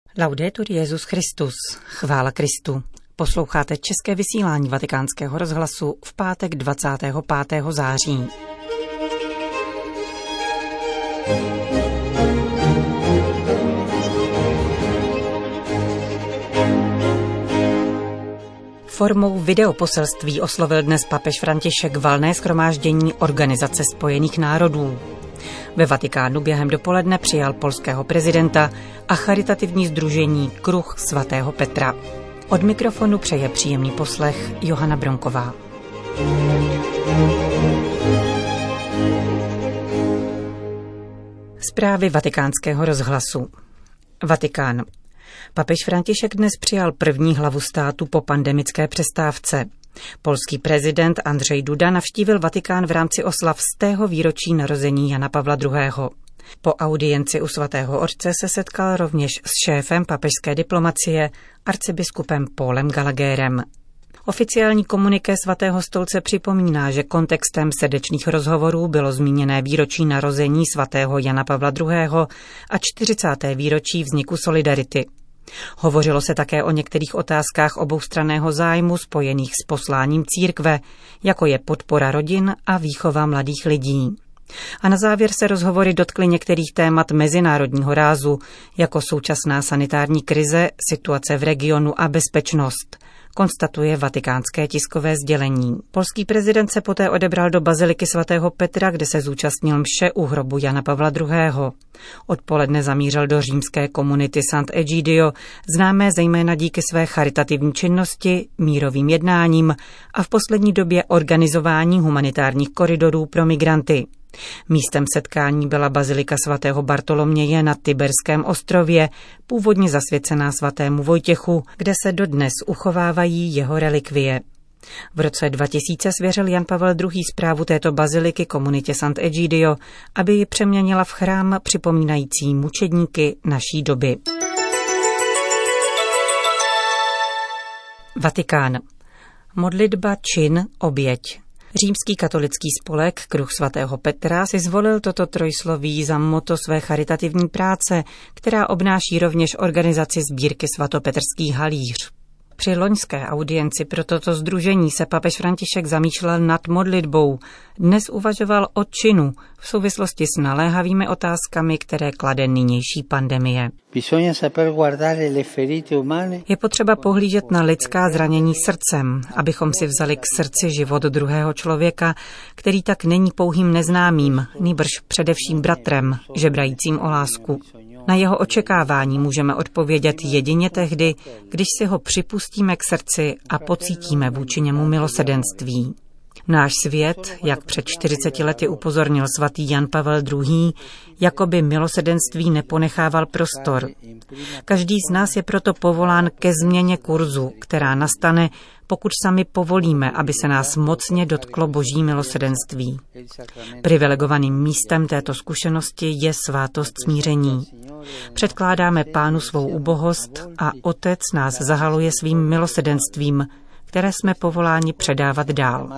Laudetur Jesus Christus, chvála Kristu. Posloucháte české vysílání Vatikánského rozhlasu v pátek 25. září. Formou videoposelství oslovil dnes papež František valné shromáždění Organizace spojených národů. Ve Vatikánu během dopoledne přijal polského prezidenta a charitativní sdružení Kruh svatého Petra. Od mikrofonu přeje příjemný poslech Johana Bronková. Zprávy Vatikánského rozhlasu. Vatikán. Papež František dnes přijal první hlavu státu po pandemické přestávce. Polský prezident Andrzej Duda navštívil Vatikán v rámci oslav 100. výročí narození Jana Pavla II. Po audienci u svatého otce se setkal rovněž s šéfem papežské diplomacie, arcibiskupem Paulem Gallagherem. Oficiální komuniké svatého stolce připomíná, že kontextem srdečných rozhovorů bylo zmíněné výročí narození svatého Jana Pavla II. A 40. výročí vzniku Solidarity. Hovořilo se také o některých otázkách oboustranného zájmu spojených s posláním církve, jako je podpora rodin a výchova mladých lidí. A na závěr se rozhovory dotkly některých témat mezinárodního rázu, jako současná sanitární krize, situace v regionu a bezpečnost, konstatuje vatikánské tiskové sdělení. Polský prezident se poté odebral do baziliky svatého Petra, kde se zúčastnil mše u hrobu Jana Pavla II. Odpoledne zamířil do římské komunity Sant'Egidio, známé zejména díky své charitativní činnosti, mírovým jednáním a v poslední době organizování humanitárních koridorů pro migranty. Místem setkání byla bazilika svatého Bartoloměje na Tiberském ostrově, původně zasvěcená svatému Vojtěchu, kde se dodnes uchovávají jeho relikvie. V roce 2000 svěřil Jan Pavel II. Správu této baziliky komunitě Sant'Egidio, aby ji přeměnila v chrám připomínající mučedníky naší doby. Vatikán. Modlitba, čin, oběť. Římský katolický spolek Kruh svatého Petra si zvolil toto trojsloví za motto své charitativní práce, která obnáší rovněž organizaci sbírky svatopetrský halíř. Při loňské audienci pro toto sdružení se papež František zamýšlel nad modlitbou. Dnes uvažoval o činu v souvislosti s naléhavými otázkami, které klade nynější pandemie. Je potřeba pohlížet na lidská zranění srdcem, abychom si vzali k srdci život druhého člověka, který tak není pouhým neznámým, nýbrž především bratrem, žebrajícím o lásku. Na jeho očekávání můžeme odpovědět jedině tehdy, když si ho připustíme k srdci a pocítíme vůči němu milosrdenství. Náš svět, jak před 40 lety upozornil svatý Jan Pavel II., jakoby milosrdenství neponechával prostor. Každý z nás je proto povolán ke změně kurzu, která nastane, pokud sami povolíme, aby se nás mocně dotklo boží milosrdenství. Privilegovaným místem této zkušenosti je svátost smíření. Předkládáme Pánu svou ubohost a Otec nás zahaluje svým milosrdenstvím, které jsme povoláni předávat dál.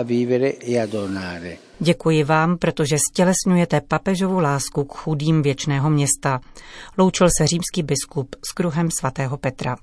Děkuji vám, protože stělesňujete papežovu lásku k chudým věčného města. Loučil se římský biskup s Kruhem svatého Petra.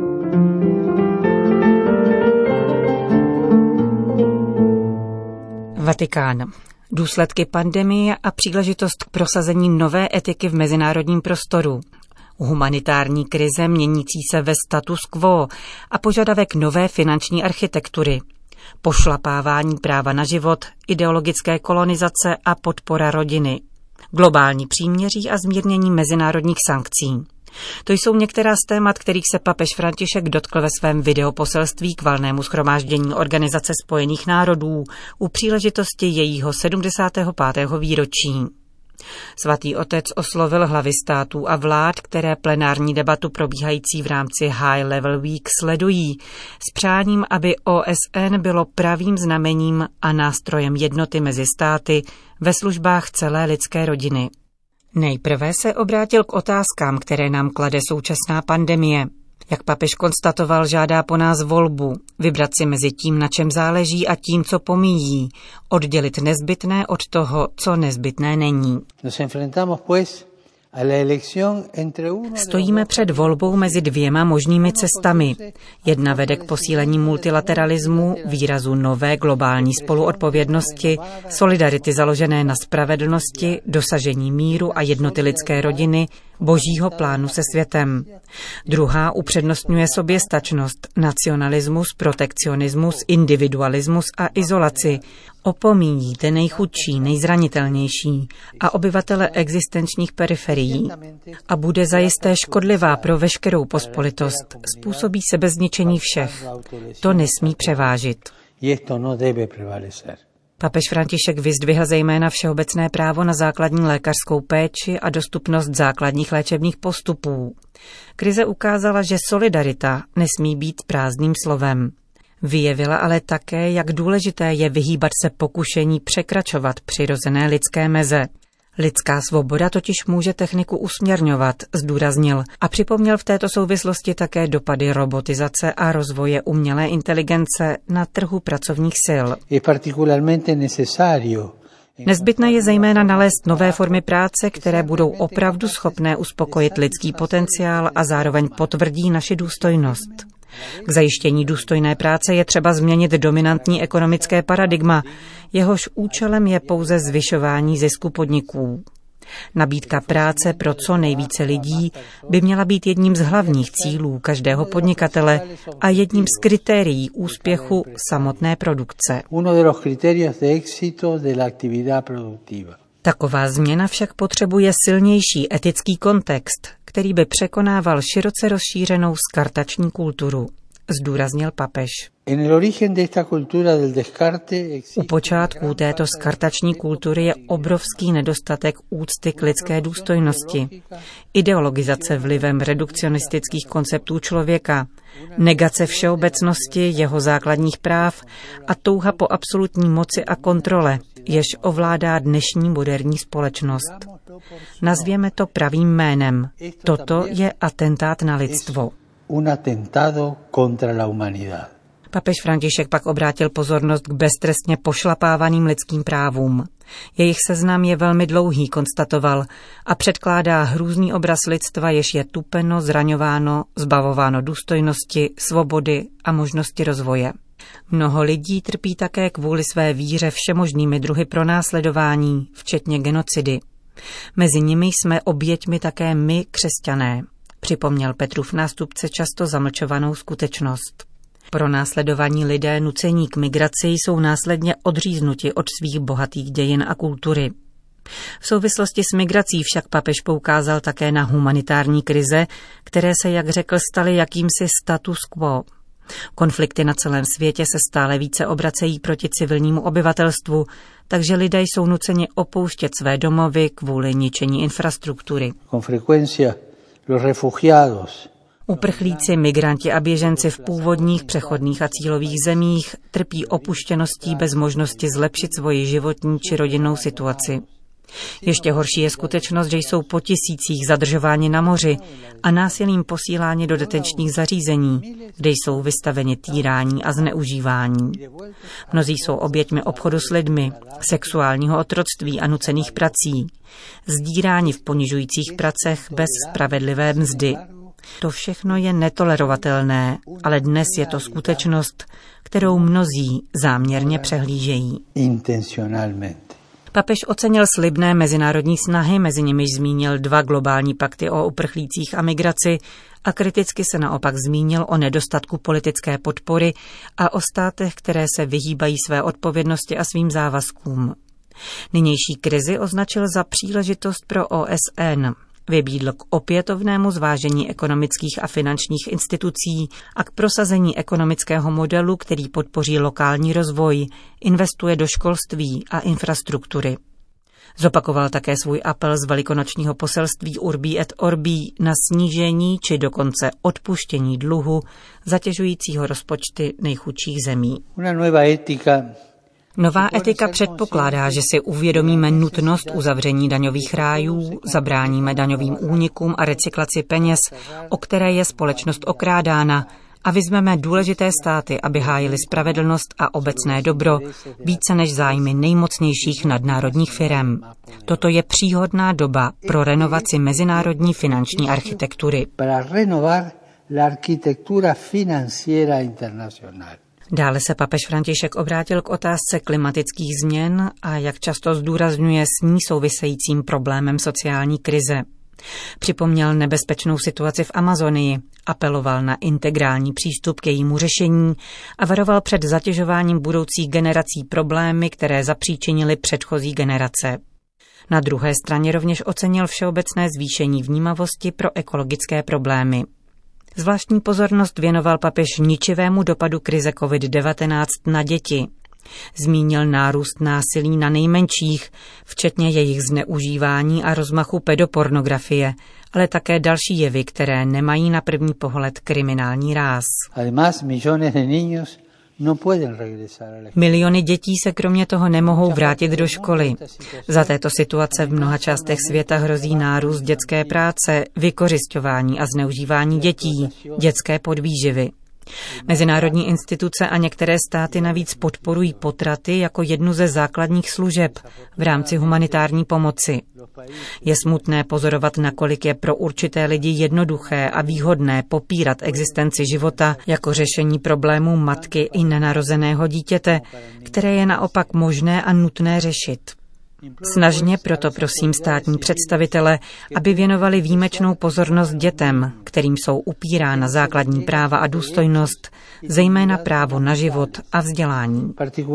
Vatikán. Důsledky pandemie a příležitost k prosazení nové etiky v mezinárodním prostoru. Humanitární krize měnící se ve status quo a požadavek nové finanční architektury. Pošlapávání práva na život, ideologické kolonizace a podpora rodiny. Globální příměří a zmírnění mezinárodních sankcí. To jsou některá z témat, kterých se papež František dotkl ve svém videoposelství k valnému shromáždění Organizace spojených národů u příležitosti jejího 75. výročí. Svatý otec oslovil hlavy států a vlád, které plenární debatu probíhající v rámci High Level Week sledují, s přáním, aby OSN bylo pravým znamením a nástrojem jednoty mezi státy ve službách celé lidské rodiny. Nejprve se obrátil k otázkám, které nám klade současná pandemie. Jak papež konstatoval, žádá po nás volbu, vybrat si mezi tím, na čem záleží a tím, co pomíjí, oddělit nezbytné od toho, co nezbytné není. Stojíme před volbou mezi dvěma možnými cestami. Jedna vede k posílení multilateralismu, výrazu nové globální spoluodpovědnosti, solidarity založené na spravedlnosti, dosažení míru a jednoty lidské rodiny, božího plánu se světem. Druhá upřednostňuje soběstačnost, nacionalismus, protekcionismus, individualismus a izolaci. Opomíjí ty nejchudší, nejzranitelnější a obyvatele existenčních periferií a bude zajisté škodlivá pro veškerou pospolitost, způsobí sebezničení všech. To nesmí převážit. Papež František vyzdvihl zejména všeobecné právo na základní lékařskou péči a dostupnost základních léčebných postupů. Krize ukázala, že solidarita nesmí být prázdným slovem. Vyjevila ale také, jak důležité je vyhýbat se pokušení překračovat přirozené lidské meze. Lidská svoboda totiž může techniku usměrňovat, zdůraznil a připomněl v této souvislosti také dopady robotizace a rozvoje umělé inteligence na trhu pracovních sil. Nezbytné je zejména nalézt nové formy práce, které budou opravdu schopné uspokojit lidský potenciál a zároveň potvrdí naši důstojnost. K zajištění důstojné práce je třeba změnit dominantní ekonomické paradigma, jehož účelem je pouze zvyšování zisku podniků. Nabídka práce pro co nejvíce lidí by měla být jedním z hlavních cílů každého podnikatele a jedním z kritérií úspěchu samotné produkce. Taková změna však potřebuje silnější etický kontext, který by překonával široce rozšířenou skartační kulturu, zdůraznil papež. U počátků této skartační kultury je obrovský nedostatek úcty k lidské důstojnosti, ideologizace vlivem redukcionistických konceptů člověka, negace všeobecnosti jeho základních práv a touha po absolutní moci a kontrole, jež ovládá dnešní moderní společnost. Nazvěme to pravým jménem. Toto je atentát na lidstvo. Papež František pak obrátil pozornost k beztrestně pošlapávaným lidským právům. Jejich seznam je velmi dlouhý, konstatoval, a předkládá hrůzný obraz lidstva, jež je tupeno, zraňováno, zbavováno důstojnosti, svobody a možnosti rozvoje. Mnoho lidí trpí také kvůli své víře všemožnými druhy pronásledování, včetně genocidy. Mezi nimi jsme oběťmi také my, křesťané, připomněl Petrův nástupce často zamlčovanou skutečnost. Pronásledovaní lidé nucení k migraci jsou následně odříznuti od svých bohatých dějin a kultury. V souvislosti s migrací však papež poukázal také na humanitární krize, které se, jak řekl, staly jakýmsi status quo. Konflikty na celém světě se stále více obracejí proti civilnímu obyvatelstvu, takže lidé jsou nuceni opouštět své domovy kvůli ničení infrastruktury. Uprchlíci, migranti a běženci v původních, přechodných a cílových zemích trpí opuštěností bez možnosti zlepšit svoji životní či rodinnou situaci. Ještě horší je skutečnost, že jsou po tisících zadržováni na moři a násilím posíláni do detenčních zařízení, kde jsou vystaveni týrání a zneužívání. Mnozí jsou oběťmi obchodu s lidmi, sexuálního otroctví a nucených prací, sdíráni v ponižujících pracech bez spravedlivé mzdy. To všechno je netolerovatelné, ale dnes je to skutečnost, kterou mnozí záměrně přehlížejí. Papež ocenil slibné mezinárodní snahy, mezi nimiž zmínil 2 globální pakty o uprchlících a migraci a kriticky se naopak zmínil o nedostatku politické podpory a o státech, které se vyhýbají své odpovědnosti a svým závazkům. Nynější krizi označil za příležitost pro OSN. Vybídl k opětovnému zvážení ekonomických a finančních institucí a k prosazení ekonomického modelu, který podpoří lokální rozvoj, investuje do školství a infrastruktury. Zopakoval také svůj apel z velikonočního poselství Urbi et Orbi na snížení či dokonce odpuštění dluhu zatěžujícího rozpočty nejchudších zemí. Nová etika předpokládá, že si uvědomíme nutnost uzavření daňových rájů, zabráníme daňovým únikům a recyklaci peněz, o které je společnost okrádána, a vyzveme důležité státy, aby hájili spravedlnost a obecné dobro více než zájmy nejmocnějších nadnárodních firem. Toto je příhodná doba pro renovaci mezinárodní finanční architektury. Dále se papež František obrátil k otázce klimatických změn a jak často zdůrazňuje s ní souvisejícím problémem sociální krize. Připomněl nebezpečnou situaci v Amazonii, apeloval na integrální přístup k jejímu řešení a varoval před zatěžováním budoucích generací problémy, které zapříčinily předchozí generace. Na druhé straně rovněž ocenil všeobecné zvýšení vnímavosti pro ekologické problémy. Zvláštní pozornost věnoval papež ničivému dopadu krize COVID-19 na děti. Zmínil nárůst násilí na nejmenších, včetně jejich zneužívání a rozmachu pedopornografie, ale také další jevy, které nemají na první pohled kriminální ráz. Miliony dětí se kromě toho nemohou vrátit do školy. Za této situace v mnoha částech světa hrozí nárůst dětské práce, vykořisťování a zneužívání dětí, dětské podvýživy. Mezinárodní instituce a některé státy navíc podporují potraty jako jednu ze základních služeb v rámci humanitární pomoci. Je smutné pozorovat, nakolik je pro určité lidi jednoduché a výhodné popírat existenci života jako řešení problémů matky i nenarozeného dítěte, které je naopak možné a nutné řešit. Snažně proto prosím státní představitele, aby věnovali výjimečnou pozornost dětem, kterým jsou upírána základní práva a důstojnost, zejména právo na život a vzdělání.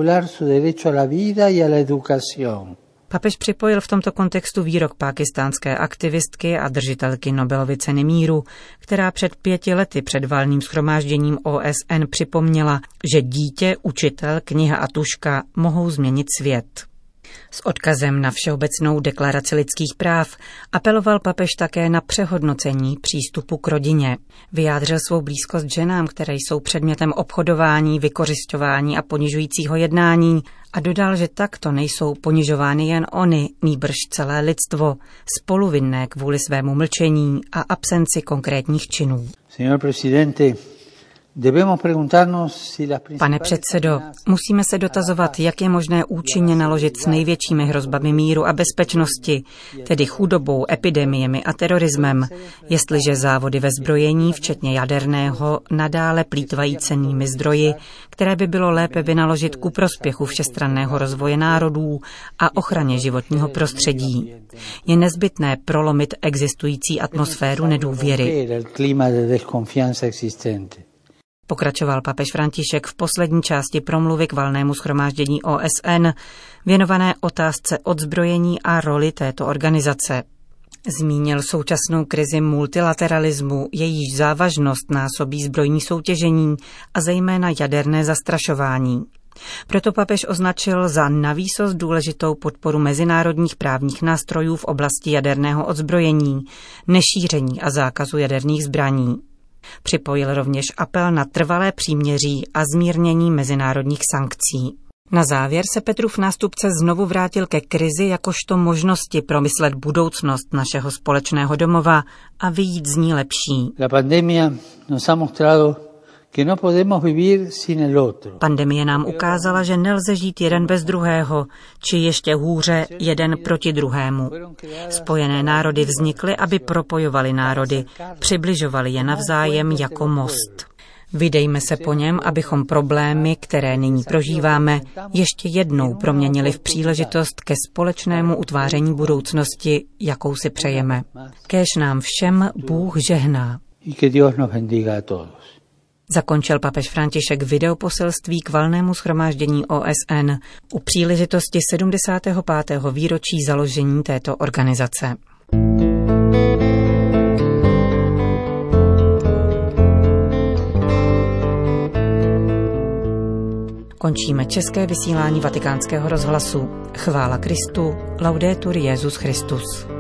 Papež připojil v tomto kontextu výrok pákistánské aktivistky a držitelky Nobelovy ceny míru, která před 5 lety před valným shromážděním OSN připomněla, že dítě, učitel, kniha a tužka mohou změnit svět. S odkazem na Všeobecnou deklaraci lidských práv apeloval papež také na přehodnocení přístupu k rodině. Vyjádřil svou blízkost ženám, které jsou předmětem obchodování, vykořisťování a ponižujícího jednání a dodal, že takto nejsou ponižovány jen oni, nýbrž celé lidstvo, spoluvinné kvůli svému mlčení a absenci konkrétních činů. Pane předsedo, musíme se dotazovat, jak je možné účinně naložit s největšími hrozbami míru a bezpečnosti, tedy chudobou, epidemiemi a terorismem, jestliže závody ve zbrojení, včetně jaderného, nadále plýtvají cennými zdroji, které by bylo lépe vynaložit ku prospěchu všestranného rozvoje národů a ochraně životního prostředí. Je nezbytné prolomit existující atmosféru nedůvěry. Pokračoval papež František v poslední části promluvy k valnému shromáždění OSN, věnované otázce odzbrojení a roli této organizace. Zmínil současnou krizi multilateralismu, jejíž závažnost násobí zbrojní soutěžení a zejména jaderné zastrašování. Proto papež označil za navýsost důležitou podporu mezinárodních právních nástrojů v oblasti jaderného odzbrojení, nešíření a zákazu jaderných zbraní. Připojil rovněž apel na trvalé příměří a zmírnění mezinárodních sankcí. Na závěr se Petrův nástupce znovu vrátil ke krizi jakožto možnosti promyslet budoucnost našeho společného domova a vyjít z ní lepší. Pandemie nám ukázala, že nelze žít jeden bez druhého, či ještě hůře jeden proti druhému. Spojené národy vznikly, aby propojovaly národy, přibližovaly je navzájem jako most. Vydejme se po něm, abychom problémy, které nyní prožíváme, ještě jednou proměnili v příležitost ke společnému utváření budoucnosti, jakou si přejeme. Kéž nám všem Bůh žehná. Zakončil papež František videoposelství k valnému shromáždění OSN u příležitosti 75. výročí založení této organizace. Končíme české vysílání Vatikánského rozhlasu. Chvála Kristu, laudetur Jesus Christus.